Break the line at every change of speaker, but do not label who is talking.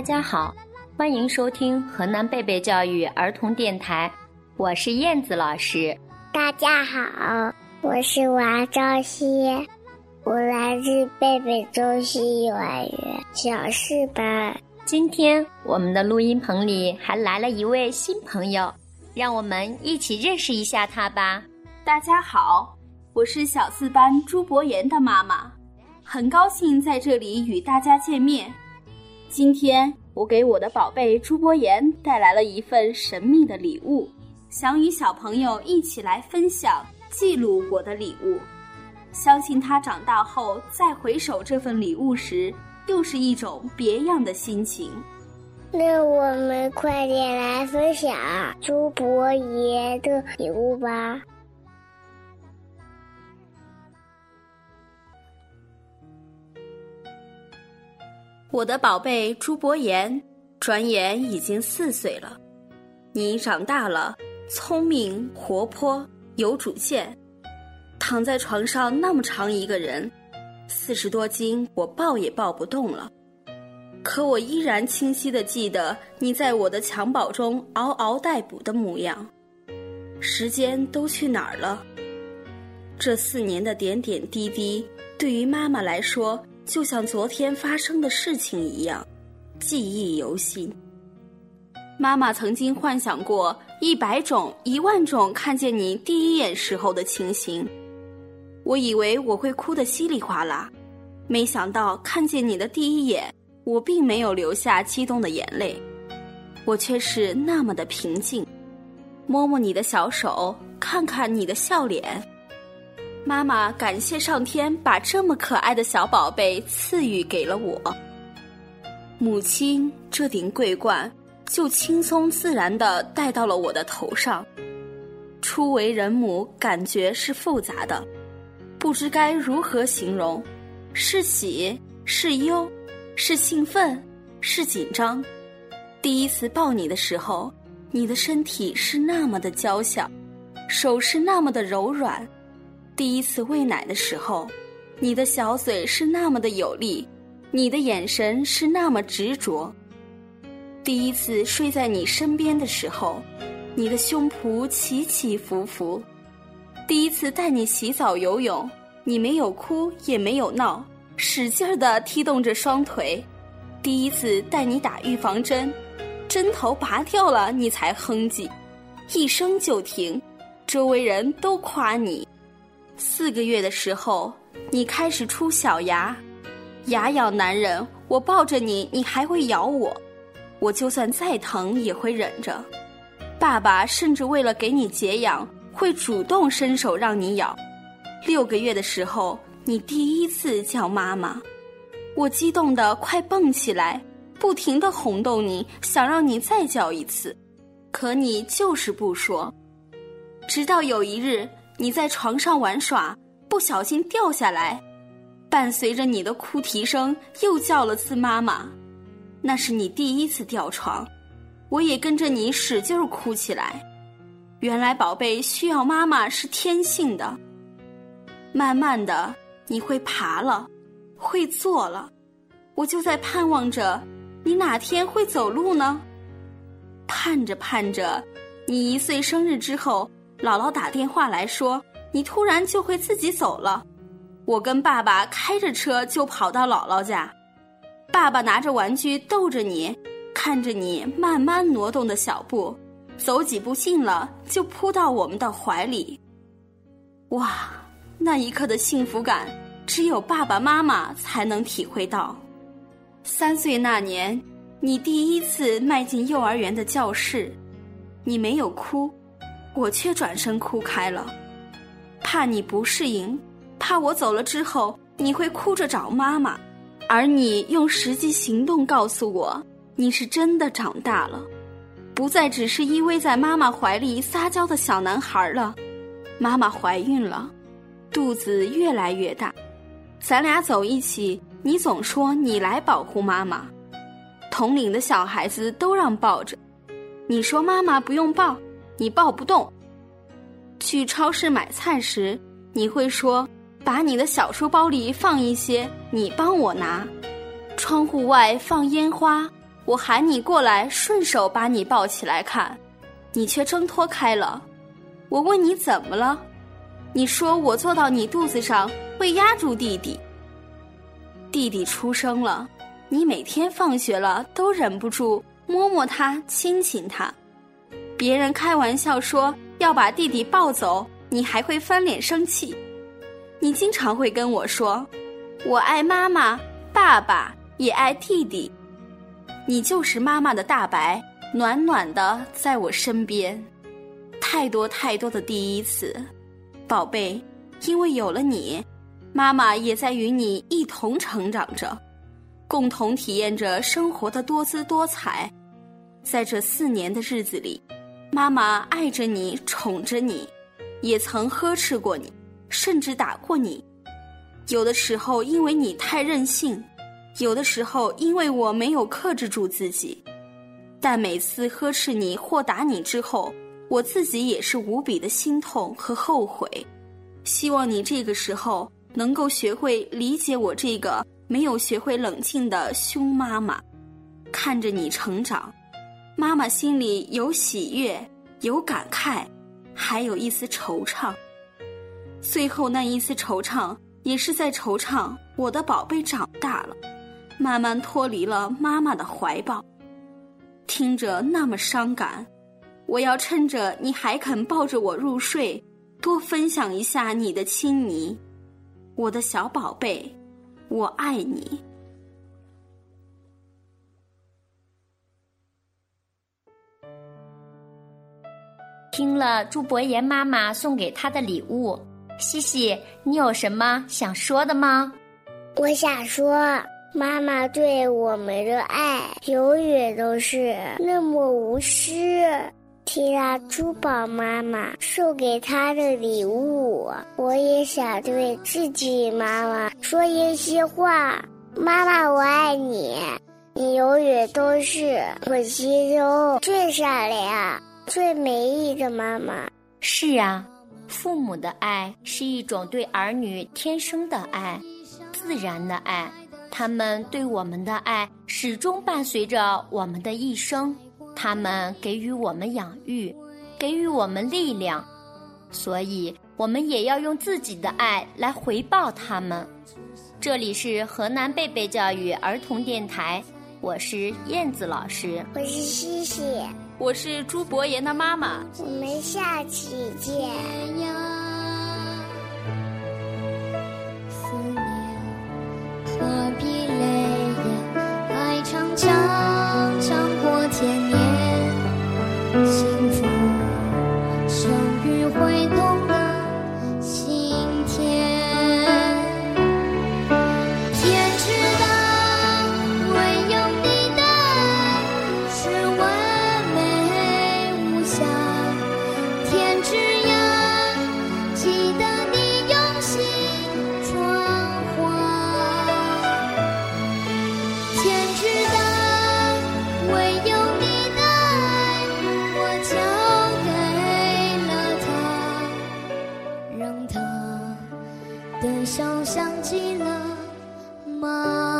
家好，欢迎收听河南贝贝教育儿童电台，我是燕子老师。
大家好，我是王朝曦，我来自贝贝中心幼儿园小4班。
今天我们的录音棚里还来了一位新朋友，让我们一起认识一下他吧。
大家好，我是小4班朱博言的妈妈，很高兴在这里与大家见面。今天我给我的宝贝朱博言带来了一份神秘的礼物，想与小朋友一起来分享记录我的礼物。相信他长大后再回首这份礼物时，又是一种别样的心情。
那我们快点来分享朱博言的礼物吧。
我的宝贝朱博言，转眼已经4岁了。你长大了，聪明、活泼、有主见。躺在床上那么长一个人，40多斤，我抱也抱不动了。可我依然清晰地记得你在我的襁褓中嗷嗷待哺的模样。时间都去哪儿了？这4年的点点滴滴，对于妈妈来说，就像昨天发生的事情一样，记忆犹新。妈妈曾经幻想过100种、10000种看见你第一眼时候的情形。我以为我会哭得稀里哗啦，没想到看见你的第一眼，我并没有流下激动的眼泪，我却是那么的平静。摸摸你的小手，看看你的笑脸。妈妈感谢上天把这么可爱的小宝贝赐予给了我。母亲这顶桂冠就轻松自然地戴到了我的头上。初为人母，感觉是复杂的，不知该如何形容，是喜，是忧，是兴奋，是紧张。第一次抱你的时候，你的身体是那么的娇小，手是那么的柔软。第一次喂奶的时候，你的小嘴是那么的有力，你的眼神是那么执着。第一次睡在你身边的时候，你的胸脯起起伏伏。第一次带你洗澡游泳，你没有哭也没有闹，使劲地踢动着双腿。第一次带你打预防针，针头拔掉了你才哼唧，一声就停，周围人都夸你。4个月的时候，你开始出小牙，牙咬男人，我抱着你，你还会咬我，我就算再疼也会忍着。爸爸甚至为了给你解痒，会主动伸手让你咬。6个月的时候，你第一次叫妈妈，我激动得快蹦起来，不停地哄逗你，想让你再叫一次，可你就是不说。直到有一日，你在床上玩耍，不小心掉下来，伴随着你的哭啼声，又叫了次妈妈。那是你第一次掉床，我也跟着你使劲哭起来。原来宝贝需要妈妈是天性的。慢慢的，你会爬了，会坐了，我就在盼望着你哪天会走路呢？盼着盼着，你1岁生日之后，姥姥打电话来说，你突然就会自己走了。我跟爸爸开着车就跑到姥姥家，爸爸拿着玩具逗着你，看着你慢慢挪动的小步，走几步近了就扑到我们的怀里。哇，那一刻的幸福感，只有爸爸妈妈才能体会到。3岁那年，你第一次迈进幼儿园的教室，你没有哭，我却转身哭开了，怕你不适应，怕我走了之后你会哭着找妈妈，而你用实际行动告诉我，你是真的长大了，不再只是依偎在妈妈怀里撒娇的小男孩了。妈妈怀孕了，肚子越来越大，咱俩走一起，你总说你来保护妈妈，同龄的小孩子都让抱着，你说妈妈不用抱，你抱不动。去超市买菜时，你会说把你的小书包里放一些，你帮我拿。窗户外放烟花， 我喊你过来，顺手把你抱起来看，你却挣脱开了。我问你怎么了，你说我坐到你肚子上会压住弟弟。弟弟出生了，你每天放学了都忍不住摸摸他，亲亲他。别人开玩笑说要把弟弟抱走，你还会翻脸生气。你经常会跟我说，我爱妈妈，爸爸也爱弟弟。你就是妈妈的大白，暖暖的在我身边。太多太多的第一次，宝贝，因为有了你，妈妈也在与你一同成长着，共同体验着生活的多姿多彩。在这4年的日子里，妈妈爱着你，宠着你，也曾呵斥过你，甚至打过你。有的时候因为你太任性，有的时候因为我没有克制住自己。但每次呵斥你或打你之后，我自己也是无比的心痛和后悔。希望你这个时候能够学会理解我这个没有学会冷静的凶妈妈。看着你成长，妈妈心里有喜悦，有感慨，还有一丝惆怅。最后那一丝惆怅，也是在惆怅我的宝贝长大了，慢慢脱离了妈妈的怀抱。听着那么伤感，我要趁着你还肯抱着我入睡，多分享一下你的亲昵。我的小宝贝，我爱你。
听了朱伯言妈妈送给他的礼物，西西，你有什么想说的吗？
我想说，妈妈对我们的爱永远都是那么无私。听到珠宝妈妈送给她的礼物，我也想对自己妈妈说一些话。妈妈，我爱你，你永远都是我心中最善良、最美丽的妈妈。
是啊，父母的爱是一种对儿女天生的爱，自然的爱，他们对我们的爱始终伴随着我们的一生，他们给予我们养育，给予我们力量，所以我们也要用自己的爱来回报他们。这里是河南贝贝教育儿童电台，我是燕子老师，
我是西西，
我是朱伯言的妈妈，
我们下期见。
何必泪眼，爱长长长过天年，幸福生于会动的心田。天知道，唯有你的爱是完美无瑕。天之涯，记得你用心传话。天知道，唯有你的爱，我交给了他，让他的笑像极了妈。